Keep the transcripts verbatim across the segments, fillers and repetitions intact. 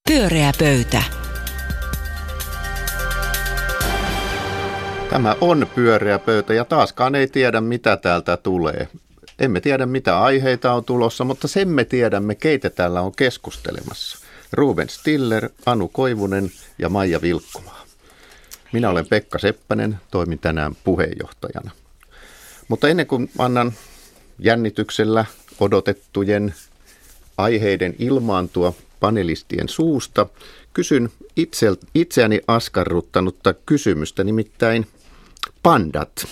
Pyöreä pöytä. Tämä on pyöreä pöytä ja taaskaan ei tiedä, mitä täältä tulee. Emme tiedä, mitä aiheita on tulossa, mutta sen me tiedämme, keitä täällä on keskustelemassa. Ruben Stiller, Anu Koivunen ja Maija Vilkkumaa. Minä olen Pekka Seppänen, toimin tänään puheenjohtajana. Mutta ennen kuin annan jännityksellä odotettujen aiheiden ilmaantua panelistien suusta, kysyn itse, itseäni askarruttanutta kysymystä, nimittäin pandat.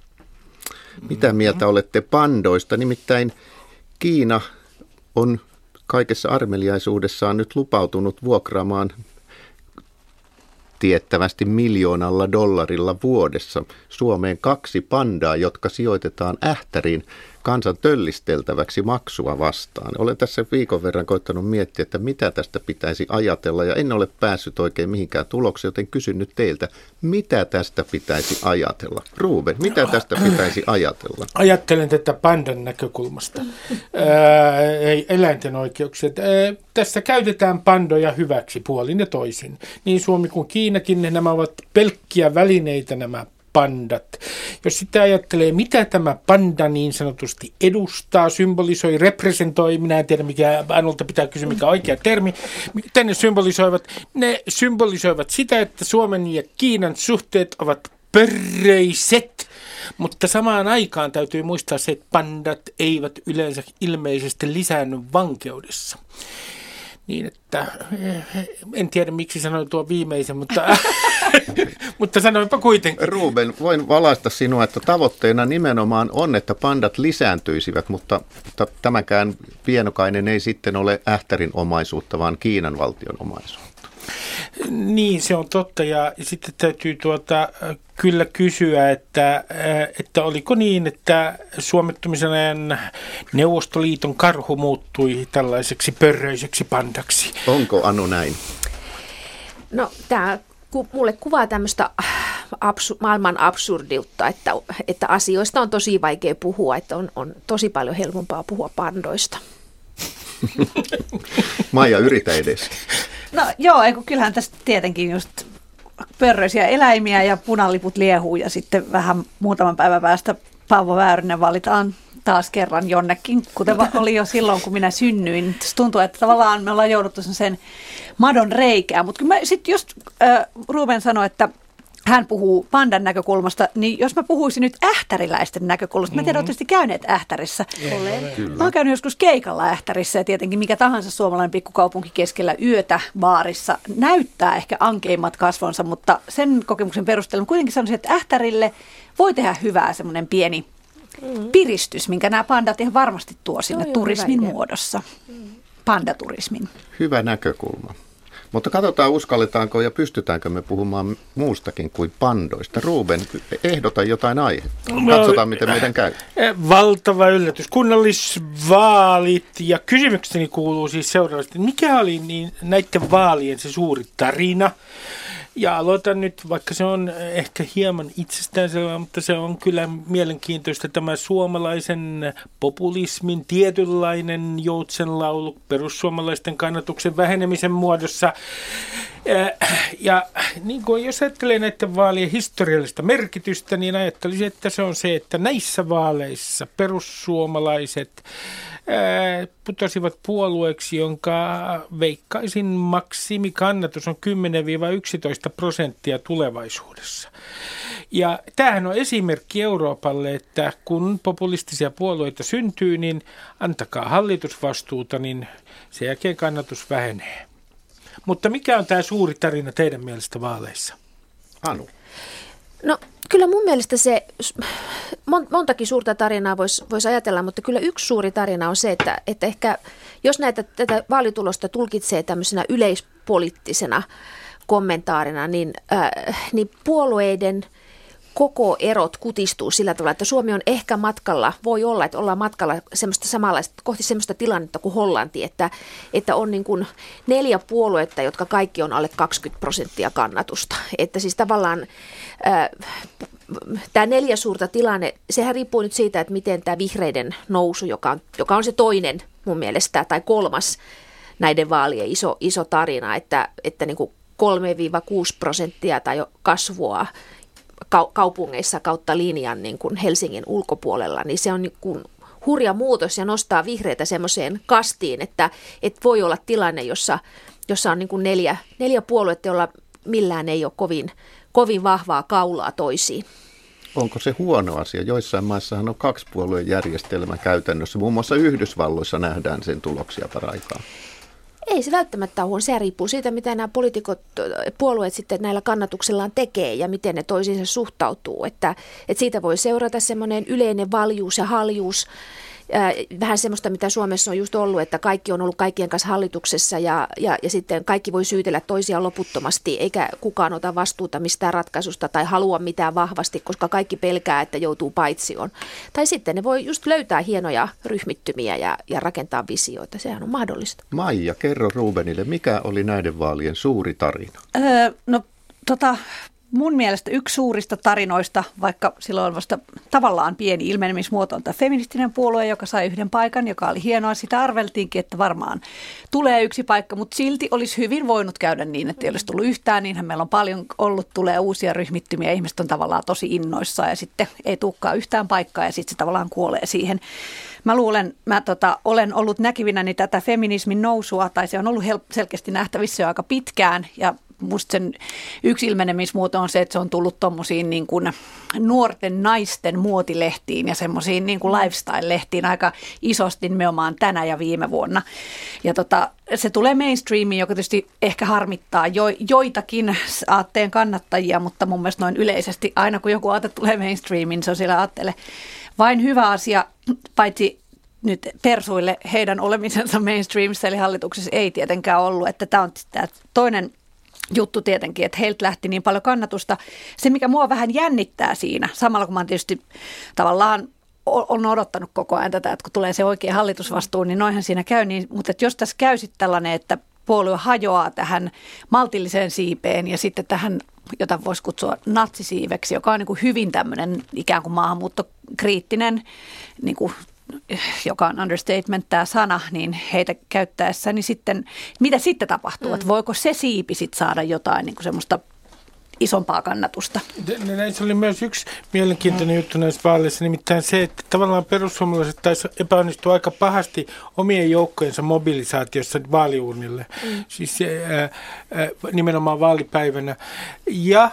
Mitä mieltä olette pandoista? Nimittäin Kiina on kaikessa armeliaisuudessaan nyt lupautunut vuokraamaan tiettävästi miljoonalla dollarilla vuodessa Suomeen kaksi pandaa, jotka sijoitetaan Ähtäriin kansan töllisteltäväksi maksua vastaan. Olen tässä viikon verran koittanut miettiä, että mitä tästä pitäisi ajatella, ja en ole päässyt oikein mihinkään tulokseen, joten kysyn nyt teiltä, mitä tästä pitäisi ajatella? Ruben, mitä tästä pitäisi ajatella? Ajattelen tätä pandan näkökulmasta, Ää, eläinten oikeuksia. Ää, tässä käytetään pandoja hyväksi puolin ja toisin. Niin Suomi kuin Kiinakin, nämä ovat pelkkiä välineitä nämä pandat. Jos sitä ajattelee, mitä tämä panda niin sanotusti edustaa, symbolisoi, representoi, minä en tiedä, mikä Anulta pitää kysyä, mikä on oikea termi, mitä ne symbolisoivat? Ne symbolisoivat sitä, että Suomen ja Kiinan suhteet ovat pörröiset, mutta samaan aikaan täytyy muistaa se, että pandat eivät yleensä ilmeisesti lisäänny vankeudessa. Niin, että en tiedä miksi sanoin tuo viimeisen, mutta, mutta sanoinpa kuitenkin. Ruben, voin valaista sinua, että tavoitteena nimenomaan on, että pandat lisääntyisivät, mutta tämäkään pienokainen ei sitten ole Ähtärin omaisuutta, vaan Kiinan valtion omaisuutta. Niin, se on totta, ja sitten täytyy tuota, kyllä kysyä, että, että oliko niin, että suomettumisen ajan Neuvostoliiton karhu muuttui tällaiseksi pörröiseksi pandaksi. Onko Anu näin? No tämä ku, mulle kuvaa tämmöistä absu, maailman absurdiutta, että, että asioista on tosi vaikea puhua, että on, on tosi paljon helpompaa puhua pandoista. Maija, yritä edes. No joo, eikö kyllähän tästä tietenkin just pörröisiä eläimiä ja punaliput liehuu ja sitten vähän muutaman päivän päästä Paavo Väyrynen valitaan taas kerran jonnekin, kuten oli jo silloin, kun minä synnyin. Se tuntuu, että tavallaan me ollaan jouduttu sen madon reikään, mutta kyllä sitten just äh, Ruben sanoi, että hän puhuu pandan näkökulmasta, niin jos mä puhuisin nyt ähtäriläisten näkökulmasta, mä tiedän, mm-hmm. tietysti käyneet Ähtärissä. Olen. Mä oon käynyt joskus keikalla Ähtärissä ja tietenkin mikä tahansa suomalainen pikkukaupunki keskellä yötä baarissa näyttää ehkä ankeimmat kasvonsa, mutta sen kokemuksen perusteella kuitenkin sanoisin, että Ähtärille voi tehdä hyvää semmoinen pieni mm-hmm. piristys, minkä nämä pandat ihan varmasti tuo sinne no, turismin muodossa. Mm-hmm. Pandaturismin. Hyvä näkökulma. Mutta katsotaan, uskalletaanko ja pystytäänkö me puhumaan muustakin kuin pandoista. Ruben, ehdota jotain aihetta. Katsotaan, miten meidän käy. Valtava yllätys. Kunnallisvaalit, ja kysymykseni kuuluu siis seuraavasti. Mikä oli niin näiden vaalien se suuri tarina? Ja aloitan nyt, vaikka se on ehkä hieman itsestäänselvää, mutta se on kyllä mielenkiintoista, tämä suomalaisen populismin tietynlainen joutsenlaulu perussuomalaisten kannatuksen vähenemisen muodossa. Ja niin kuin jos ajattelee näiden vaalien historiallista merkitystä, niin ajattelisin, että se on se, että näissä vaaleissa perussuomalaiset putosivat puolueeksi, jonka veikkaisin maksimikannatus on kymmenen yksitoista prosenttia tulevaisuudessa. Ja tämähän on esimerkki Euroopalle, että kun populistisia puolueita syntyy, niin antakaa hallitusvastuuta, niin sen jälkeen kannatus vähenee. Mutta mikä on tämä suuri tarina teidän mielestä vaaleissa? Anu. No kyllä mun mielestä se, montakin suurta tarinaa voisi vois ajatella, mutta kyllä yksi suuri tarina on se, että, että ehkä jos näitä, tätä vaalitulosta tulkitsee tämmöisenä yleispoliittisena kommentaarina, niin, äh, niin puolueiden koko erot kutistuu sillä tavalla, että Suomi on ehkä matkalla, voi olla, että ollaan matkalla semmoista samanlaista, kohti semmoista tilannetta kuin Hollanti, että, että on niin kuin neljä puoluetta, jotka kaikki on alle kaksikymmentä prosenttia kannatusta. Että siis tavallaan äh, tämä neljä suurta tilanne, sehän riippuu nyt siitä, että miten tämä vihreiden nousu, joka on, joka on se toinen mun mielestä, tai kolmas, näiden vaalien iso, iso tarina, että, että niin kuin kolme kuusi prosenttia tai jo kasvua kaupungeissa kautta linjan niin kuin Helsingin ulkopuolella, niin se on niin kuin hurja muutos ja nostaa vihreitä semmoiseen kastiin, että, että voi olla tilanne, jossa, jossa on niin kuin neljä, neljä puoluetta, jolla millään ei ole kovin, kovin vahvaa kaulaa toisiin. Onko se huono asia? Joissain maissahan on kaksipuolueen järjestelmä käytännössä. Muun muassa Yhdysvalloissa nähdään sen tuloksia paraikaa. Ei se välttämättä ole huono. Se riippuu siitä, mitä nämä poliitikot, puolueet sitten näillä kannatuksellaan tekee ja miten ne toisiinsa suhtautuu. Että, että siitä voi seurata semmoinen yleinen valjuus ja haljuus. Vähän semmoista, mitä Suomessa on just ollut, että kaikki on ollut kaikkien kanssa hallituksessa ja, ja, ja sitten kaikki voi syytellä toisiaan loputtomasti, eikä kukaan ota vastuuta mistään ratkaisusta tai halua mitään vahvasti, koska kaikki pelkää, että joutuu paitsioon. Tai sitten ne voi just löytää hienoja ryhmittymiä ja, ja rakentaa visioita. Sehän on mahdollista. Maija, kerro Rubenille, mikä oli näiden vaalien suuri tarina? Öö, no tota... Mun mielestä yksi suurista tarinoista, vaikka silloin on vasta tavallaan pieni ilmenemismuoto, on tämä feministinen puolue, joka sai yhden paikan, joka oli hienoa. Sitä arveltiinkin, että varmaan tulee yksi paikka, mutta silti olisi hyvin voinut käydä niin, että ei olisi tullut yhtään. Niinhän meillä on paljon ollut, tulee uusia ryhmittymiä, ihmiset on tavallaan tosi innoissaan ja sitten ei tulekaan yhtään paikkaa ja sitten se tavallaan kuolee siihen. Mä luulen, mä tota, olen ollut näkivinäni tätä feminismin nousua, tai se on ollut hel- selkeästi nähtävissä jo aika pitkään, ja musta sen yksi ilmenemismuoto on se, että se on tullut tommosiin niin kuin nuorten naisten muotilehtiin ja semmoisiin niin kuin lifestyle-lehtiin aika isosti nimenomaan tänä ja viime vuonna. Ja tota, se tulee mainstreamiin, joka tietysti ehkä harmittaa jo, joitakin aatteen kannattajia, mutta mun mielestä noin yleisesti aina kun joku aate tulee mainstreamiin, se on siellä aatteelle vain hyvä asia, paitsi nyt persuille heidän olemisensa mainstreamissa, eli hallituksessa ei tietenkään ollut, että tämä on tämä toinen juttu tietenkin, että heiltä lähti niin paljon kannatusta. Se, mikä mua vähän jännittää siinä, samalla kun mä oon tietysti tavallaan on odottanut koko ajan tätä, että kun tulee se oikea hallitusvastuu, niin noinhan siinä käy. Niin, mutta että jos tässä käy sitten tällainen, että puolue hajoaa tähän maltilliseen siipeen ja sitten tähän, jota voisi kutsua natsisiiveksi, joka on niin kuin hyvin tämmöinen ikään kuin maahanmuuttokriittinen, niin kuin joka on understatement tämä sana, niin heitä käyttäessä, niin sitten, mitä sitten tapahtuu? Mm. Että voiko se siipi sitten saada jotain niin kuin semmoista isompaa kannatusta? Näissä oli myös yksi mielenkiintoinen juttu näissä vaaleissa, nimittäin se, että tavallaan perussuomalaiset taisi epäonnistua aika pahasti omien joukkojensa mobilisaatiossa vaaliurnille, mm. siis ää, ää, nimenomaan vaalipäivänä. Ja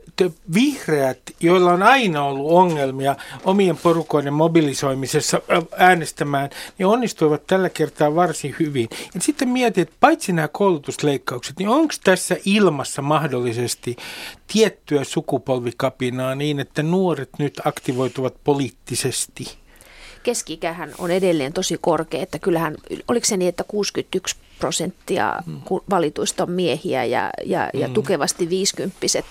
vihreät, joilla on aina ollut ongelmia omien porukoiden mobilisoimisessa äänestämään, niin onnistuivat tällä kertaa varsin hyvin. Ja sitten mietin, että paitsi nämä koulutusleikkaukset, niin onko tässä ilmassa mahdollisesti tiettyä sukupolvikapinaa niin, että nuoret nyt aktivoituvat poliittisesti? Keski-ikähän on edelleen tosi korkea, että kyllähän, oliko se niin, että kuusikymmentäyksi prosenttia valituista on miehiä ja, ja, ja mm. tukevasti viisikymppiset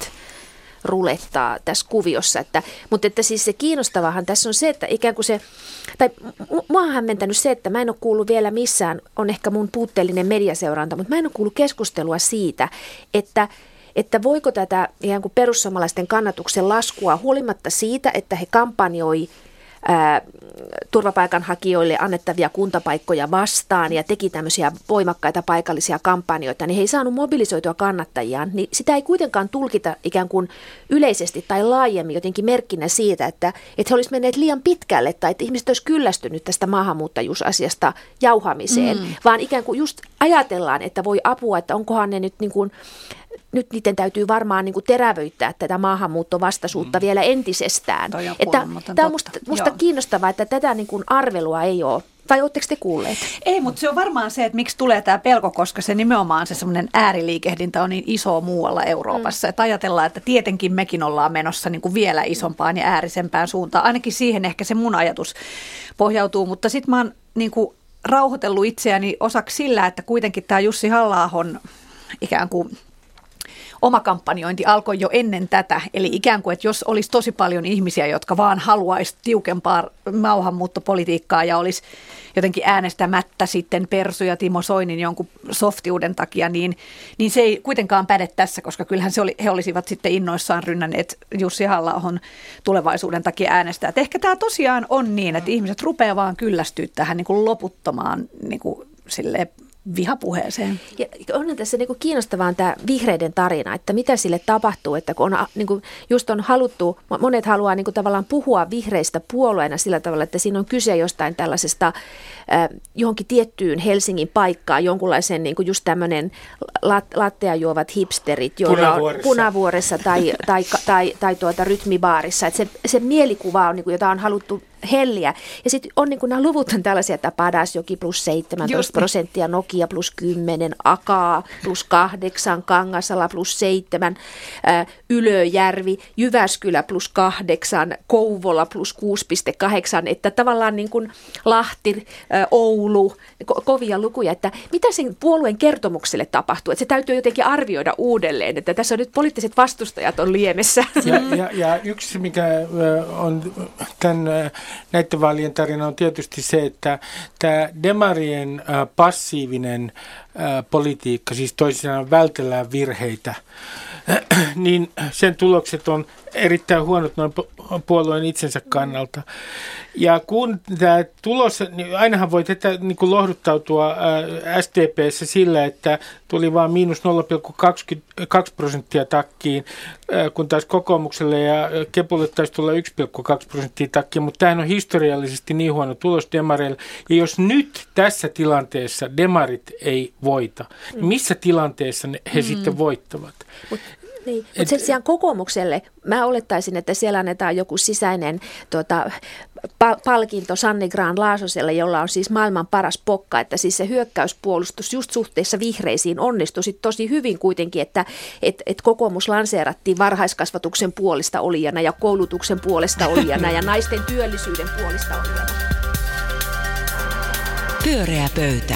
rulettaa tässä kuviossa, että, mutta että siis se kiinnostavahan tässä on se, että ikään kuin se, tai mua on hämmentänyt se, että mä en ole kuullut vielä missään, on ehkä mun puutteellinen mediaseuranta, mutta mä en ole kuullut keskustelua siitä, että että voiko tätä ikään kuin perussuomalaisten kannatuksen laskua huolimatta siitä, että he kampanjoi ää, turvapaikanhakijoille annettavia kuntapaikkoja vastaan ja teki tämmöisiä voimakkaita paikallisia kampanjoita, niin he ei saanut mobilisoitua kannattajiaan, niin sitä ei kuitenkaan tulkita ikään kuin yleisesti tai laajemmin jotenkin merkkinä siitä, että, että he olisivat menneet liian pitkälle tai että ihmiset olisivat kyllästynyt tästä maahanmuuttajuusasiasta jauhamiseen, mm. vaan ikään kuin just ajatellaan, että voi apua, että onkohan ne nyt niin kuin nyt niiden täytyy varmaan niin kuin terävöittää tätä maahanmuuttovastaisuutta mm. vielä entisestään. Että, tämä on musta, musta kiinnostavaa, että tätä niin kuin arvelua ei ole. Vai oletteko te kuulleet? Ei, mutta se on varmaan se, että miksi tulee tämä pelko, koska se nimenomaan se semmoinen ääriliikehdintä on niin iso muualla Euroopassa. Mm. Että ajatellaan, että tietenkin mekin ollaan menossa niin kuin vielä isompaan ja äärisempään suuntaan. Ainakin siihen ehkä se mun ajatus pohjautuu, mutta sitten mä oon niin kuin rauhoitellut itseäni osaksi sillä, että kuitenkin tämä Jussi Halla-ahon ikään kuin oma kampanjointi alkoi jo ennen tätä, eli ikään kuin, että jos olisi tosi paljon ihmisiä, jotka vaan haluaisi tiukempaa maahanmuuttopolitiikkaa ja olisi jotenkin äänestämättä sitten Persu ja Timo Soinin jonkun softiuden takia, niin, niin se ei kuitenkaan päde tässä, koska kyllähän se oli, he olisivat sitten innoissaan rynnänneet Jussi Halla-ahon tulevaisuuden takia äänestää. Et ehkä tämä tosiaan on niin, että ihmiset rupeaa vaan kyllästyä tähän niin kuin loputtomaan niin kuin silleen vihapuheeseen. Ja onhan tässä niin kuin kiinnostavaa tämä vihreiden tarina, että mitä sille tapahtuu, että kun on, niin kuin just on haluttu, monet haluaa niin kuin tavallaan puhua vihreistä puolueena sillä tavalla, että siinä on kyse jostain tällaisesta äh, johonkin tiettyyn Helsingin paikkaan, jonkunlaisen niin kuin just tämmöinen lat, lattea juovat hipsterit, joilla Punavuoressa. on Punavuoressa tai, tai, tai, tai, tai tuota rytmibaarissa, että se, se mielikuva on, niin kuin, jota on haluttu helliä. Ja sitten on niin kuin nämä luvut on tällaisia, että Padasjoki plus seitsemäntoista prosenttia, Nokia plus kymmenen, Akaa plus kahdeksan, Kangasala plus seitsemän, Ylöjärvi, Jyväskylä plus kahdeksan, Kouvola plus kuusi pilkku kahdeksan, että tavallaan niin kuin Lahti, Oulu, ko- kovia lukuja, että mitä sen puolueen kertomukselle tapahtuu, että se täytyy jotenkin arvioida uudelleen, että tässä on nyt poliittiset vastustajat on liemessä. Ja, ja, ja yksi, mikä on tämän näiden vaalien tarina on tietysti se, että tämä demarien äh, passiivinen äh, politiikka, siis toisinaan vältellään virheitä, äh, niin sen tulokset on erittäin huonot noin puolueen itsensä kannalta. Ja kun tämä tulos, niin ainahan voi tätä niin kuin lohduttautua äh, S D P:ssä sillä, että tuli vain miinus nolla pilkku kaksikymmentäkaksi prosenttia takkiin, äh, kun taas kokoomukselle ja Kepulle taisi tulla yksi pilkku kaksi prosenttia takkiin, mutta tämähän on historiallisesti niin huono tulos demareille. Ja jos nyt tässä tilanteessa demarit ei voita, niin missä tilanteessa ne, he mm. sitten voittavat? Mut. Niin, mutta sen sijaan kokoomukselle, mä olettaisin, että siellä annetaan joku sisäinen tuota, pal- palkinto Sanni Grahn-Laasoselle, jolla on siis maailman paras pokka, että siis se hyökkäyspuolustus just suhteessa vihreisiin onnistui sit tosi hyvin kuitenkin, että et, et kokoomus lanseerattiin varhaiskasvatuksen puolesta olijana ja koulutuksen puolesta olijana ja naisten työllisyyden puolesta olijana. Pyöreä pöytä.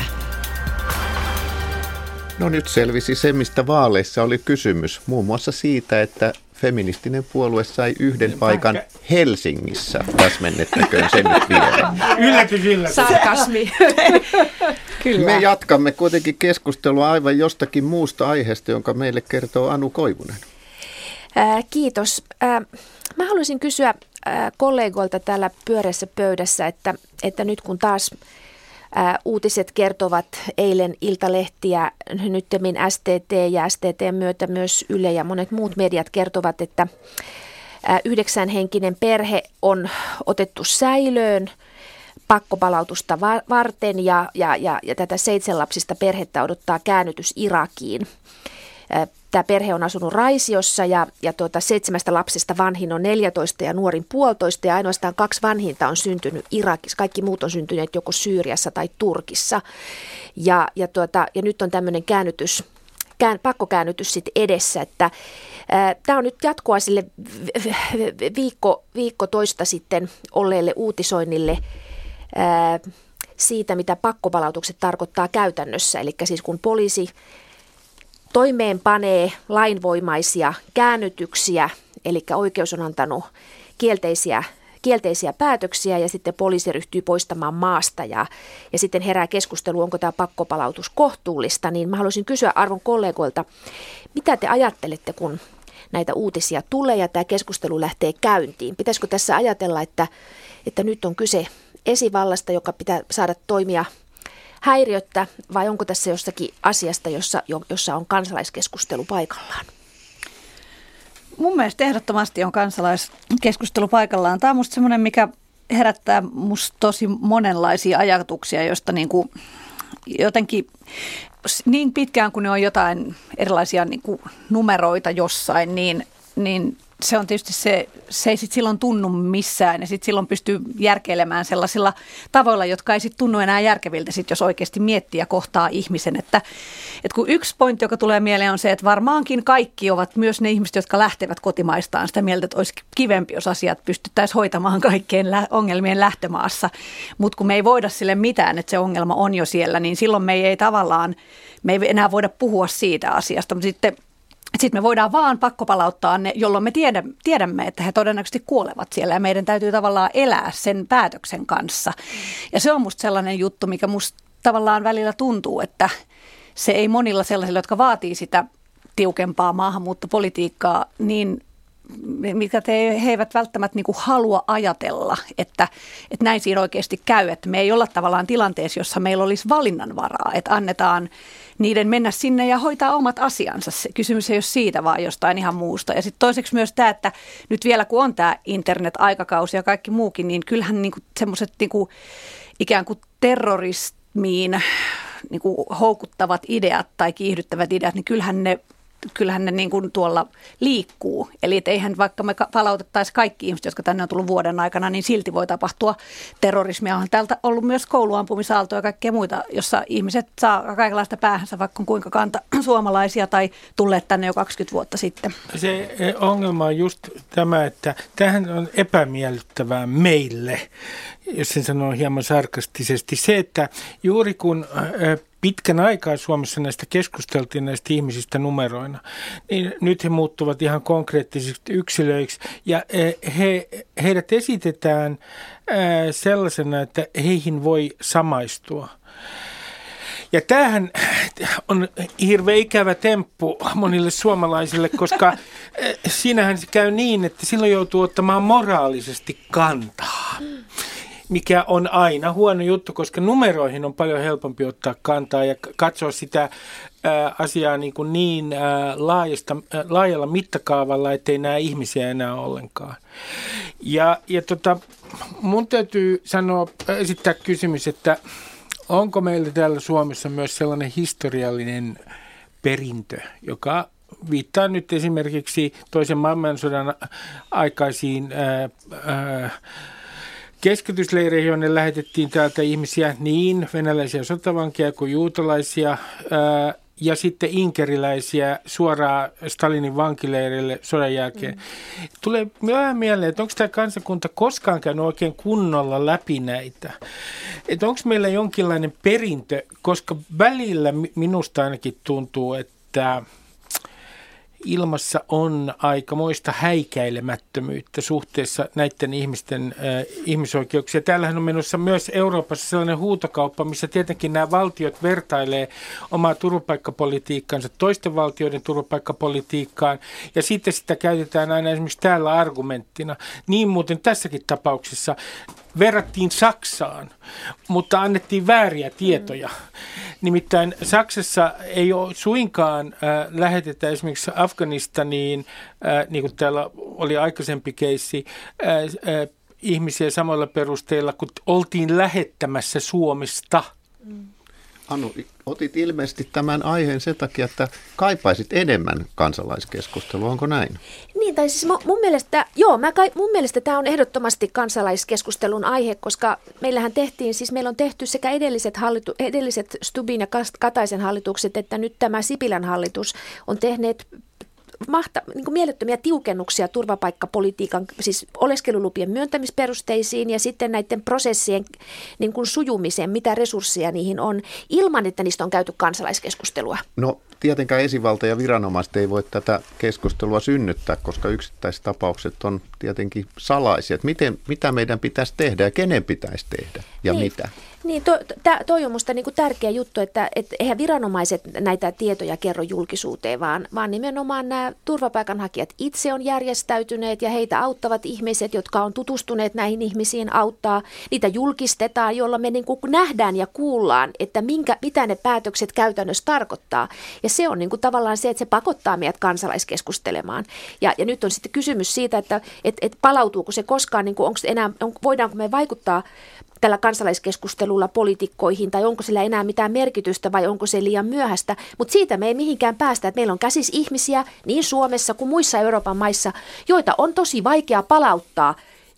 No nyt selvisi se, mistä vaaleissa oli kysymys. Muun muassa siitä, että feministinen puolue sai yhden paikan Helsingissä. Täsmennettäköön se nyt vielä. Yllätys, yllätys. Sarkasmi. Kyllä. Me jatkamme kuitenkin keskustelua aivan jostakin muusta aiheesta, jonka meille kertoo Anu Koivunen. Ää, kiitos. Ää, mä haluaisin kysyä ää, kollegoilta täällä pyöreässä pöydässä, että, että nyt kun taas Ää, uutiset kertovat eilen Iltalehtiä, nyttemmin S T T ja S T T myötä myös Yle ja monet muut mediat kertovat, että ää, yhdeksänhenkinen perhe on otettu säilöön pakkopalautusta va- varten ja, ja, ja, ja tätä seitsemänlapsista perhettä odottaa käännytys Irakiin. Tämä perhe on asunut Raisiossa ja, ja tuota, seitsemästä lapsesta vanhin on neljätoista ja nuorin puolitoista ja ainoastaan kaksi vanhinta on syntynyt Irakissa. Kaikki muut on syntyneet joko Syyriassa tai Turkissa. Ja, ja, tuota, ja nyt on tämmöinen käännytys, kään, pakkokäännytys sitten edessä, että tämä on nyt jatkoa sille viikko, viikko toista sitten olleelle uutisoinnille ää, siitä, mitä pakkopalautukset tarkoittaa käytännössä. Eli siis kun poliisi toimeenpanee lainvoimaisia käännytyksiä, eli oikeus on antanut kielteisiä, kielteisiä päätöksiä ja sitten poliisi ryhtyy poistamaan maasta ja, ja sitten herää keskustelu, onko tämä pakkopalautus kohtuullista, niin mä haluaisin kysyä arvon kollegoilta, mitä te ajattelette, kun näitä uutisia tulee ja tämä keskustelu lähtee käyntiin? Pitäisikö tässä ajatella, että, että nyt on kyse esivallasta, joka pitää saada toimia häiriöttä, vai onko tässä jossakin asiasta, jossa, jossa on kansalaiskeskustelu paikallaan? Mun mielestä ehdottomasti on kansalaiskeskustelu paikallaan. Tämä on musta semmoinen, mikä herättää musta tosi monenlaisia ajatuksia, joista niin kuin jotenkin niin pitkään kun ne on jotain erilaisia niin kuin numeroita jossain, niin, niin se on tietysti se, se ei sit silloin tunnu missään ja sitten silloin pystyy järkeilemään sellaisilla tavoilla, jotka ei sitten tunnu enää järkeviltä, sit jos oikeasti miettii ja kohtaa ihmisen. Että, että kun yksi pointti, joka tulee mieleen on se, että varmaankin kaikki ovat myös ne ihmiset, jotka lähtevät kotimaistaan sitä mieltä, että olisi kivempi, jos asiat pystyttäisiin hoitamaan kaikkien lä- ongelmien lähtömaassa. Mutta kun me ei voida sille mitään, että se ongelma on jo siellä, niin silloin me ei, ei tavallaan, me ei enää voida puhua siitä asiasta, mutta sitten Sitten me voidaan vaan pakkopalauttaa ne, jolloin me tiedämme, tiedämme, että he todennäköisesti kuolevat siellä ja meidän täytyy tavallaan elää sen päätöksen kanssa. Ja se on musta sellainen juttu, mikä musta tavallaan välillä tuntuu, että se ei monilla sellaisilla, jotka vaatii sitä tiukempaa maahanmuuttopolitiikkaa, niin mitkä te, he eivät välttämättä niin kuin halua ajatella, että, että näin siinä oikeasti käy, että me ei olla tavallaan tilanteessa, jossa meillä olisi valinnanvaraa, että annetaan niiden mennä sinne ja hoitaa omat asiansa. Se kysymys ei ole siitä, vaan jostain ihan muusta. Ja sitten toiseksi myös tämä, että nyt vielä kun on tämä internet-aikakausi ja kaikki muukin, niin kyllähän niinku semmoiset niinku ikään kuin terrorismiin niinku houkuttavat ideat tai kiihdyttävät ideat, niin kyllähän ne kyllähän ne niin kuin tuolla liikkuu. Eli eihän vaikka me palautettaisiin kaikki ihmiset, jotka tänne on tullut vuoden aikana, niin silti voi tapahtua terrorismia. On täältä ollut myös kouluampumisaaltoja ja kaikkea muita, jossa ihmiset saa kaikenlaista päähänsä, vaikka on kuinka kanta suomalaisia tai tulleet tänne jo kaksikymmentä vuotta sitten. Se ongelma on just tämä, että tämähän on epämiellyttävää meille, jos sen sanoo hieman sarkastisesti. Se, että juuri kun pitkän aikaa Suomessa näistä keskusteltiin näistä ihmisistä numeroina, niin nyt he muuttuvat ihan konkreettisiksi yksilöiksi ja he, heidät esitetään sellaisena, että heihin voi samaistua. Ja tämähän on hirveän ikävä temppu monille suomalaisille, koska siinähän se käy niin, että silloin joutuu ottamaan moraalisesti kantaa, mikä on aina huono juttu, koska numeroihin on paljon helpompi ottaa kantaa ja katsoa sitä ää, asiaa niin, kuin niin ää, laajasta, ää, laajalla mittakaavalla, ettei näe ihmisiä enää ollenkaan. Ja, ja tota, mun täytyy sanoa, esittää kysymys, että onko meillä täällä Suomessa myös sellainen historiallinen perintö, joka viittaa nyt esimerkiksi toisen maailmansodan aikaisiin ää, ää, keskitysleireihin, jonne lähetettiin täältä ihmisiä, niin venäläisiä sotavankeja kuin juutalaisia, ää, ja sitten inkeriläisiä suoraan Stalinin vankileirille sodan jälkeen. Mm. Tulee vähän mieleen, että onko tämä kansakunta koskaan käynyt oikein kunnolla läpi näitä. Että onko meillä jonkinlainen perintö, koska välillä minusta ainakin tuntuu, että ilmassa on aikamoista häikäilemättömyyttä suhteessa näiden ihmisten äh, ihmisoikeuksia. Täällähän on menossa myös Euroopassa sellainen huutokauppa, missä tietenkin nämä valtiot vertailee omaa turvapaikkapolitiikkaansa toisten valtioiden turvapaikkapolitiikkaan, ja sitten sitä käytetään aina esimerkiksi täällä argumenttina. Niin muuten tässäkin tapauksessa verrattiin Saksaan, mutta annettiin vääriä tietoja. Nimittäin Saksassa ei ole suinkaan äh, lähetetä esimerkiksi Afganistaniin, äh, niin kuin täällä oli aikaisempi keissi, äh, äh, ihmisiä samoilla perusteilla, kun oltiin lähettämässä Suomesta. Mm. Anu, otit ilmeisesti tämän aiheen sen takia, että kaipaisit enemmän kansalaiskeskustelua. Onko näin? Niin, tai siis mun mielestä, joo, mä kai, mun mielestä tämä on ehdottomasti kansalaiskeskustelun aihe, koska meillähän tehtiin, siis meillä on tehty sekä edelliset, hallitu, edelliset Stubbin ja Kataisen hallitukset, että nyt tämä Sipilän hallitus on tehneet Mahta, niin kuin mielettömiä tiukennuksia turvapaikkapolitiikan, siis oleskelulupien myöntämisperusteisiin ja sitten näiden prosessien niin kuin sujumiseen, mitä resursseja niihin on, ilman että niistä on käyty kansalaiskeskustelua. No tietenkään esivalta ja viranomaiset ei voi tätä keskustelua synnyttää, koska yksittäiset tapaukset on tietenkin salaisia. Että miten, mitä meidän pitäisi tehdä ja kenen pitäisi tehdä ja niin. mitä? Niin, to, to, toi on musta niinku tärkeä juttu, että et eihän viranomaiset näitä tietoja kerro julkisuuteen, vaan, vaan nimenomaan nämä turvapaikanhakijat itse on järjestäytyneet ja heitä auttavat ihmiset, jotka on tutustuneet näihin ihmisiin, auttaa. Niitä julkistetaan, jolla me niinku nähdään ja kuullaan, että minkä, mitä ne päätökset käytännössä tarkoittaa. Ja se on niinku tavallaan se, että se pakottaa meidät kansalaiskeskustelemaan. Ja, ja nyt on sitten kysymys siitä, että et, et palautuuko se koskaan, niinku onko enää, on, voidaanko me vaikuttaa tällä kansalaiskeskustelulla poliitikkoihin, tai onko sillä enää mitään merkitystä, vai onko se liian myöhäistä. Mutta siitä me ei mihinkään päästä, että meillä on käsis ihmisiä niin Suomessa kuin muissa Euroopan maissa, joita on tosi vaikea palauttaa,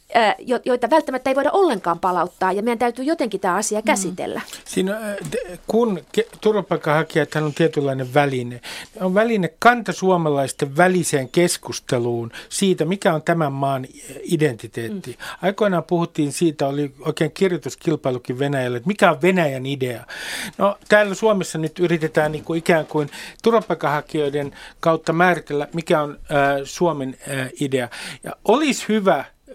joita välttämättä ei voida ollenkaan palauttaa, ja meidän täytyy jotenkin tämä asia käsitellä. Siinä, kun turvapaikanhakijat on tietynlainen väline, on väline kantasuomalaisten väliseen keskusteluun siitä, mikä on tämän maan identiteetti. Mm. Aikoinaan puhuttiin siitä, oli oikein kirjoituskilpailukin Venäjälle, että mikä on Venäjän idea. No täällä Suomessa nyt yritetään niin kuin ikään kuin turvapaikanhakijoiden kautta määritellä, mikä on äh, Suomen äh, idea. Ja olisi hyvä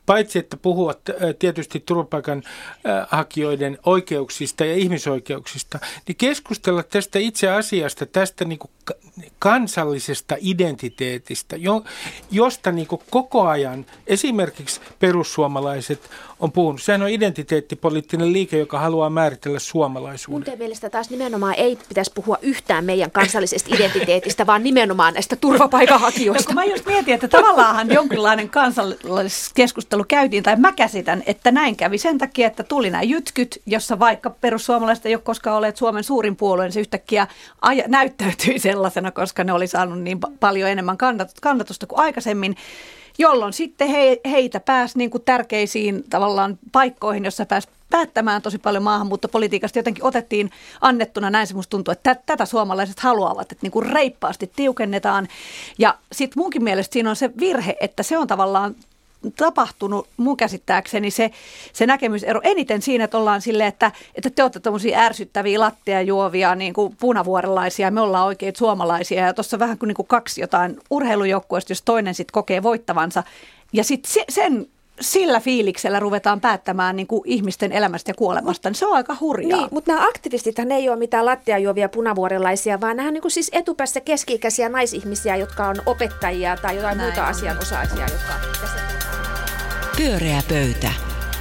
paitsi että puhua tietysti turvapaikanhakijoiden oikeuksista ja ihmisoikeuksista, niin keskustella tästä itse asiasta, tästä niin kuin kansallisesta identiteetistä, josta niin kuin koko ajan esimerkiksi perussuomalaiset on puhunut. Sehän on identiteettipoliittinen liike, joka haluaa määritellä suomalaisuuden. Mun mielestä taas nimenomaan ei pitäisi puhua yhtään meidän kansallisesta identiteetistä, vaan nimenomaan näistä turvapaikanhakijoista. No, mä just mietin, että tavallaan jonkinlainen kansalliskeskustelu käytiin, tai mä käsitän, että näin kävi sen takia, että tuli nämä jytkyt, jossa vaikka perussuomalaiset ei ole koskaan olleet Suomen suurin puolue, niin se yhtäkkiä aja, näyttäytyi sellaisena, koska ne oli saanut niin paljon enemmän kannatusta kuin aikaisemmin, jolloin sitten he, heitä pääsi niin kuin tärkeisiin tavallaan paikkoihin, jossa pääsi päättämään tosi paljon maahanmuuttopolitiikasta. Jotenkin otettiin annettuna, näin se musta tuntuu, että tätä suomalaiset haluavat, että niin kuin reippaasti tiukennetaan. Ja sitten munkin mielestä siinä on se virhe, että se on tavallaan tapahtunut mun käsittääkseni se, se näkemysero eniten siinä, että ollaan silleen, että, että te olette tommosia ärsyttäviä lattiajuovia niin kuin punavuorelaisia, me ollaan oikeita suomalaisia ja tuossa vähän kuin, niin kuin kaksi jotain urheilujoukkueesta, jos toinen sitten kokee voittavansa ja sitten se, sen sillä fiiliksellä ruvetaan päättämään niin kuin ihmisten elämästä ja kuolemasta, niin se on aika hurjaa. Niin, mutta nämä aktivistithan ei ole mitään lattiajuovia punavuorelaisia, vaan nämä on niin kuin siis etupäässä keski-ikäisiä naisihmisiä, jotka on opettajia tai jotain Näin muuta on. asianosaisia, jotka tässä... Pyöreä pöytä.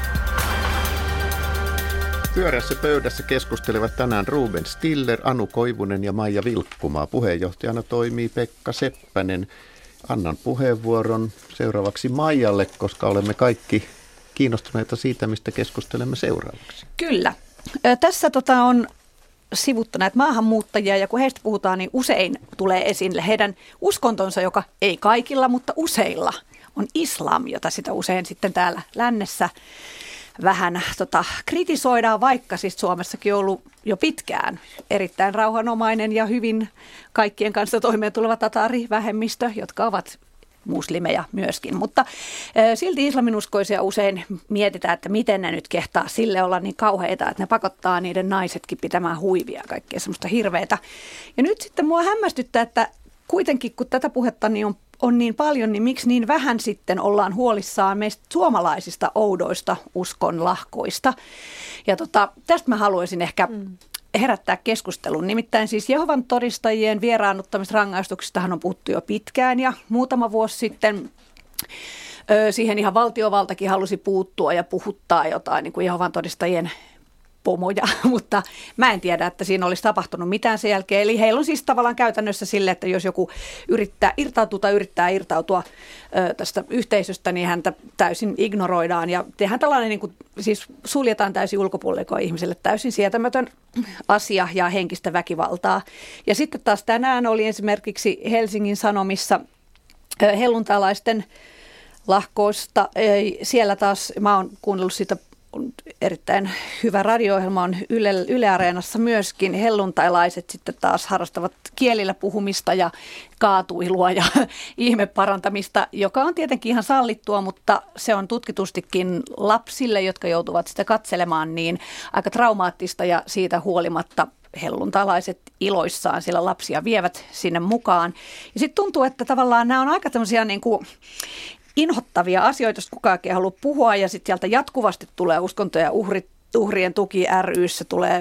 Pyöreässä pöydässä keskustelevat tänään Ruben Stiller, Anu Koivunen ja Maija Vilkkumaa. Puheenjohtajana toimii Pekka Seppänen. Annan puheenvuoron seuraavaksi Maijalle, koska olemme kaikki kiinnostuneita siitä, mistä keskustelemme seuraavaksi. Kyllä. Tässä tota on sivuttu näitä maahanmuuttajia ja kun heistä puhutaan, niin usein tulee esille heidän uskontonsa, joka ei kaikilla, mutta useilla on islam, jota sitä usein sitten täällä lännessä vähän tota, kritisoidaan, vaikka siis Suomessakin on ollut jo pitkään erittäin rauhanomainen ja hyvin kaikkien kanssa toimeen tuleva tatarivähemmistö, jotka ovat muslimeja myöskin. Mutta e, silti islaminuskoisia usein mietitään, että miten ne nyt kehtaa sille olla niin kauheita, että ne pakottaa niiden naisetkin pitämään huivia ja kaikkea semmoista hirveätä. Ja nyt sitten mua hämmästyttää, että kuitenkin kun tätä puhetta niin on on niin paljon, niin miksi niin vähän sitten ollaan huolissaan meistä suomalaisista oudoista uskonlahkoista. Ja tota, tästä mä haluaisin ehkä mm. herättää keskustelun. Nimittäin siis Jehovan todistajien vieraannuttamisrangaistuksistahan on puhuttu jo pitkään ja muutama vuosi sitten ö, siihen ihan valtiovaltakin halusi puuttua ja puhuttaa jotain niin kuin Jehovan todistajien pomoja, mutta mä en tiedä, että siinä olisi tapahtunut mitään sen jälkeen. Eli heillä on siis tavallaan käytännössä sille, että jos joku yrittää irtautua tai yrittää irtautua ö, tästä yhteisöstä, niin häntä täysin ignoroidaan ja tehdään tällainen, niin kuin, siis suljetaan täysin ulkopuolelle, kun on ihmiselle täysin sietämätön asia ja henkistä väkivaltaa. Ja sitten taas tänään oli esimerkiksi Helsingin Sanomissa ö, helluntalaisten lahkoista. Siellä taas, mä oon kuunnellut siitä erittäin hyvä radio-ohjelma on Yle, Yle Areenassa myöskin. Helluntailaiset sitten taas harrastavat kielillä puhumista ja kaatuilua ja ihmeparantamista, joka on tietenkin ihan sallittua, mutta se on tutkitustikin lapsille, jotka joutuvat sitä katselemaan, niin aika traumaattista ja siitä huolimatta helluntalaiset iloissaan siellä lapsia vievät sinne mukaan. Ja sitten tuntuu, että tavallaan nämä on aika tämmöisiä niin kuin inhottavia asioita, jos kukaan ei halua puhua ja sitten sieltä jatkuvasti tulee uskonto- ja uhri, uhrien tuki ry:ssä tulee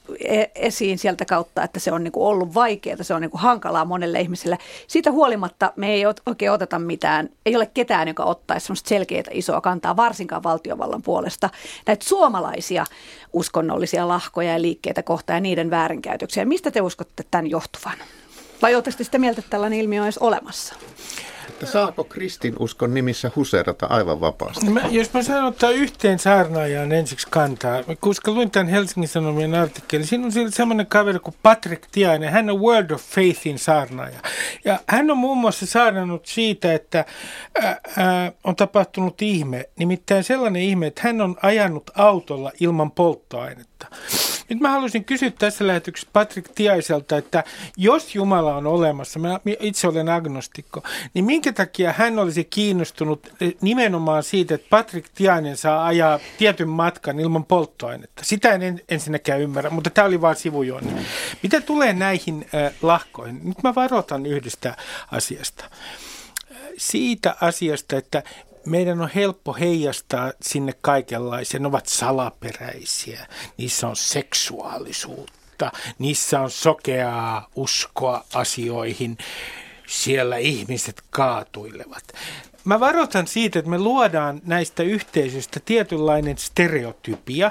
esiin sieltä kautta, että se on niin kuin ollut vaikeaa, se on niin kuin hankalaa monelle ihmiselle. Siitä huolimatta me ei oikein oteta mitään, ei ole ketään, joka ottaisi semmoista selkeää isoa kantaa, varsinkaan valtiovallan puolesta. Näitä suomalaisia uskonnollisia lahkoja ja liikkeitä kohtaan ja niiden väärinkäytöksiä. Mistä te uskotte tämän johtuvan? Vai oletteko sitä mieltä, että tällainen ilmiö on edes olemassa? Että saako kristinuskon nimissä huseerata aivan vapaasti? Mä, jos mä sanon ottaa yhteen saarnaajaan ensiksi kantaa, koska luin tämän Helsingin Sanomien artikkelin, siinä on semmoinen kaveri kuin Patrick Tiainen, hän on World of Faithin saarnaaja. Ja hän on muun muassa saarnannut siitä, että ää, ää, on tapahtunut ihme, nimittäin sellainen ihme, että hän on ajanut autolla ilman polttoainetta. Nyt mä haluaisin kysyä tässä lähetyksessä Patrick Tiaiselta, että jos Jumala on olemassa, mä itse olen agnostikko, niin minkä takia hän olisi kiinnostunut nimenomaan siitä, että Patrick Tiainen saa ajaa tietyn matkan ilman polttoainetta? Sitä en ensinnäkään ymmärrä, mutta tämä oli vaan sivujuoni. Mitä tulee näihin äh, lahkoihin? Nyt mä varoitan yhdestä asiasta. Siitä asiasta, että meidän on helppo heijastaa sinne kaikenlaisia. Ne ovat salaperäisiä, niissä on seksuaalisuutta, niissä on sokeaa uskoa asioihin, siellä ihmiset kaatuilevat. Mä varoitan siitä, että me luodaan näistä yhteisöistä tietynlainen stereotypia.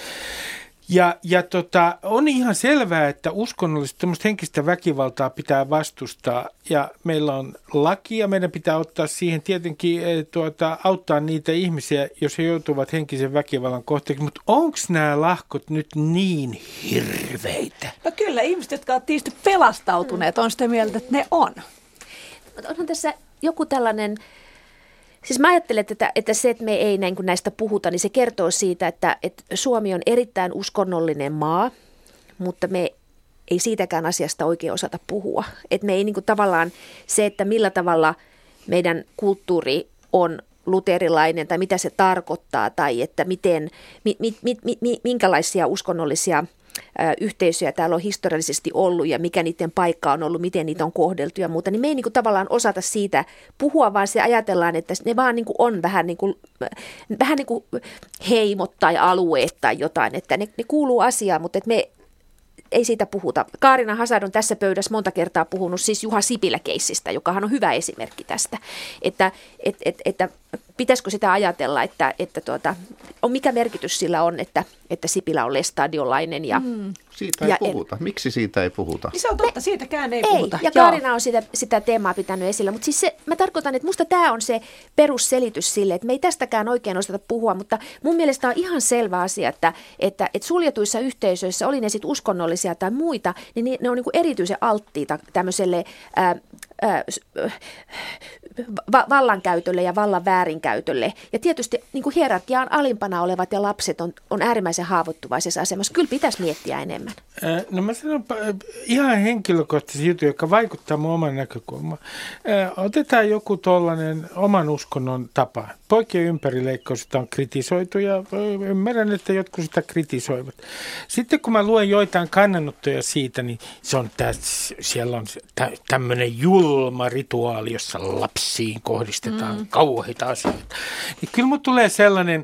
Ja, ja tota, on ihan selvää, että uskonnollista tämmöistä henkistä väkivaltaa pitää vastustaa ja meillä on laki ja meidän pitää ottaa siihen tietenkin tuota, auttaa niitä ihmisiä, jos he joutuvat henkisen väkivallan kohteeksi. Mutta onko nämä lahkot nyt niin hirveitä? No kyllä, ihmiset, jotka ovat tietysti pelastautuneet, on sitä mieltä, että ne on. Onhan tässä joku tällainen... Siis mä ajattelen, että, että se, että me ei näin kuin näistä puhuta, niin se kertoo siitä, että, että Suomi on erittäin uskonnollinen maa, mutta me ei siitäkään asiasta oikein osata puhua. Että me ei niin kuin tavallaan se, että millä tavalla meidän kulttuuri on luterilainen tai mitä se tarkoittaa tai että miten, mi, mi, mi, mi, minkälaisia uskonnollisia yhteisöjä täällä on historiallisesti ollut ja mikä niiden paikka on ollut, miten niitä on kohdeltu ja muuta, niin me ei niin kuin tavallaan osata siitä puhua, vaan se ajatellaan, että ne vaan niin kuin on vähän niin kuin, vähän niin kuin heimot tai alueet tai jotain, että ne, ne kuuluu asiaan, mutta että me ei siitä puhuta. Kaarina Hazard on tässä pöydässä monta kertaa puhunut siis Juha Sipilä-keissistä, jokahan on hyvä esimerkki tästä, että, et, et, että pitäisikö sitä ajatella, että, että tuota, on, mikä merkitys sillä on, että, että Sipilä on lestadiolainen. Ja, mm. Siitä ei ja puhuta. En, Miksi siitä ei puhuta? Niin se on totta, siitäkään ei, ei puhuta. Ja Kaarina on sitä, sitä teemaa pitänyt esillä, mutta siis se, mä tarkoitan, että musta tämä on se perusselitys sille, että me ei tästäkään oikein osata puhua, mutta mun mielestä on ihan selvä asia, että, että, että suljetuissa yhteisöissä, oli ne sitten uskonnollisia tai muita, niin ne on niin kuin erityisen alttiita tämmöiselle ää, ää, va- vallankäytölle ja vallan väärinkäytölle. Ja tietysti niin kuin hierarkiaan alimpana olevat ja lapset on, on äärimmäisen haavoittuvaisessa asemassa. Kyllä pitäisi miettiä enemmän. No mä sanon ihan henkilökohtaisesti juttu, joka vaikuttaa mun oman näkökulmaan. Otetaan joku tollainen oman uskonnon tapa. Poikien ympärileikkausta on kritisoitu ja ymmärrän, että jotkut sitä kritisoivat. Sitten kun mä luen joitain kannanottoja siitä, niin se on tää, siellä on tä, tämmöinen julma rituaali, jossa lapsiin kohdistetaan mm. kauheita asioita. Niin kyllä mun tulee sellainen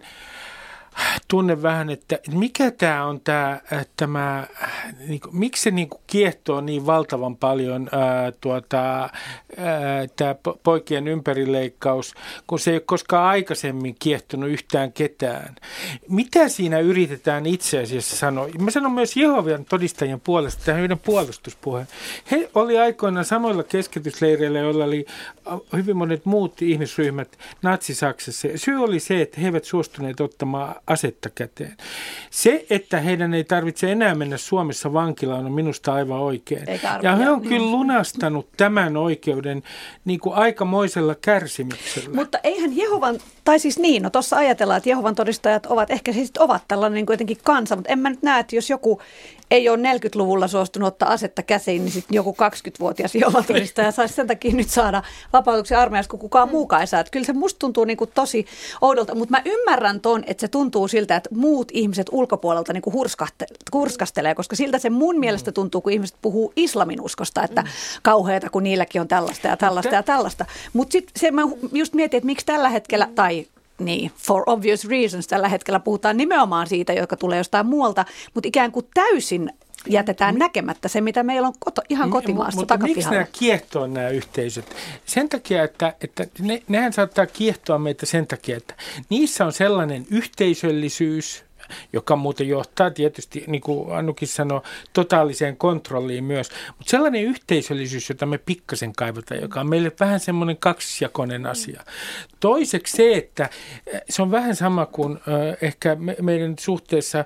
tunne vähän, että mikä tämä on tämä, tämä niin kuin, miksi se niin kuin kiehtoo niin valtavan paljon ää, tuota, tämä poikien ympärileikkaus, kun se ei ole koskaan aikaisemmin kiehtonut yhtään ketään. Mitä siinä yritetään itse asiassa sanoa? Mä sanon myös Jehovan todistajien puolesta, tämä yhden puolustuspuheen. He oli aikoinaan samoilla keskitysleireillä, joilla oli hyvin monet muut ihmisryhmät Natsi-Saksassa. Syy oli se, että he eivät suostuneet ottamaan asetta käteen. Se, että heidän ei tarvitse enää mennä Suomessa vankilaan, on minusta aivan oikein. Ja he on kyllä lunastanut tämän oikeuden niin kuin aikamoisella kärsimyksellä. Mutta eihän Jehovan, tai siis niin, no tuossa ajatellaan, että Jehovan todistajat ovat, ehkä siis ovat tällainen niin kuin jotenkin kansa, mutta en mä nyt näe, että jos joku ei ole neljäkymmentäluvulla suostunut ottaa asetta käsiin, niin sitten joku kaksikymmentävuotias Jehovan todistaja saisi sen takia nyt saada vapautuksen armeijassa, kun kukaan muukaan ei saa. Että kyllä se musta tuntuu niin kuin tosi oudolta, mutta mä ymmärrän ton, että se tuntuu siltä, että muut ihmiset ulkopuolelta niin kuin hurskastelee, koska siltä se mun mielestä tuntuu, kun ihmiset puhuu islamin uskosta, että kauheata, kun niilläkin on tällaista ja tällaista ja tällaista. Mutta sitten mä just mietin, että miksi tällä hetkellä, tai niin, for obvious reasons tällä hetkellä puhutaan nimenomaan siitä, joka tulee jostain muualta, mutta ikään kuin täysin jätetään näkemättä se, mitä meillä on koto, ihan kotimaassa mutta takapihalla. Miksi nämä kiehtoo nämä yhteisöt? Sen takia, että, että ne, nehän saattaa kiehtoa meitä sen takia, että niissä on sellainen yhteisöllisyys, joka muuten johtaa tietysti, niin kuin Annukin sanoi, totaaliseen kontrolliin myös. Mutta sellainen yhteisöllisyys, jota me pikkasen kaivataan, joka on meille vähän semmoinen kaksijakoinen asia. Toiseksi se, että se on vähän sama kuin äh, ehkä me, meidän suhteessa äh,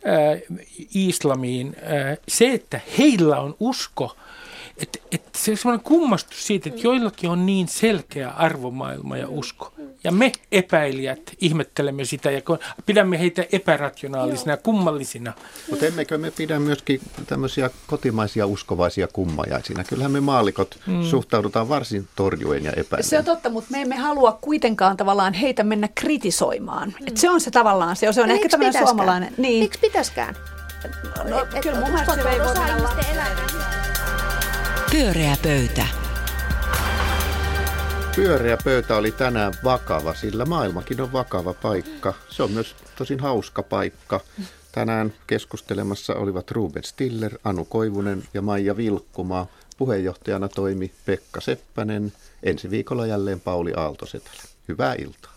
islamiin. Äh, se, että heillä on usko, että et se on semmoinen kummastus siitä, että joillakin on niin selkeä arvomaailma ja usko. Ja me epäilijät ihmettelemme sitä ja pidämme heitä epärationaalisina ja kummallisina. Mutta emmekö me pidä myöskin tämmöisiä kotimaisia uskovaisia kummajaisina? Kyllähän me maallikot mm. suhtaudutaan varsin torjuen ja epäillen. Se on totta, mutta me emme halua kuitenkaan tavallaan heitä mennä kritisoimaan. Mm. Et se on se tavallaan, se on, se on ehkä tämmöinen suomalainen. Niin. Miksi pitäskään? No, no, et, kyllä mun mielestä se ei voi mennä. Pyöreä pöytä. Pyöreä pöytä oli tänään vakava, sillä maailmakin on vakava paikka. Se on myös tosin hauska paikka. Tänään keskustelemassa olivat Ruben Stiller, Anu Koivunen ja Maija Vilkkumaa. Puheenjohtajana toimi Pekka Seppänen. Ensi viikolla jälleen Pauli Aaltosetälä. Hyvää iltaa.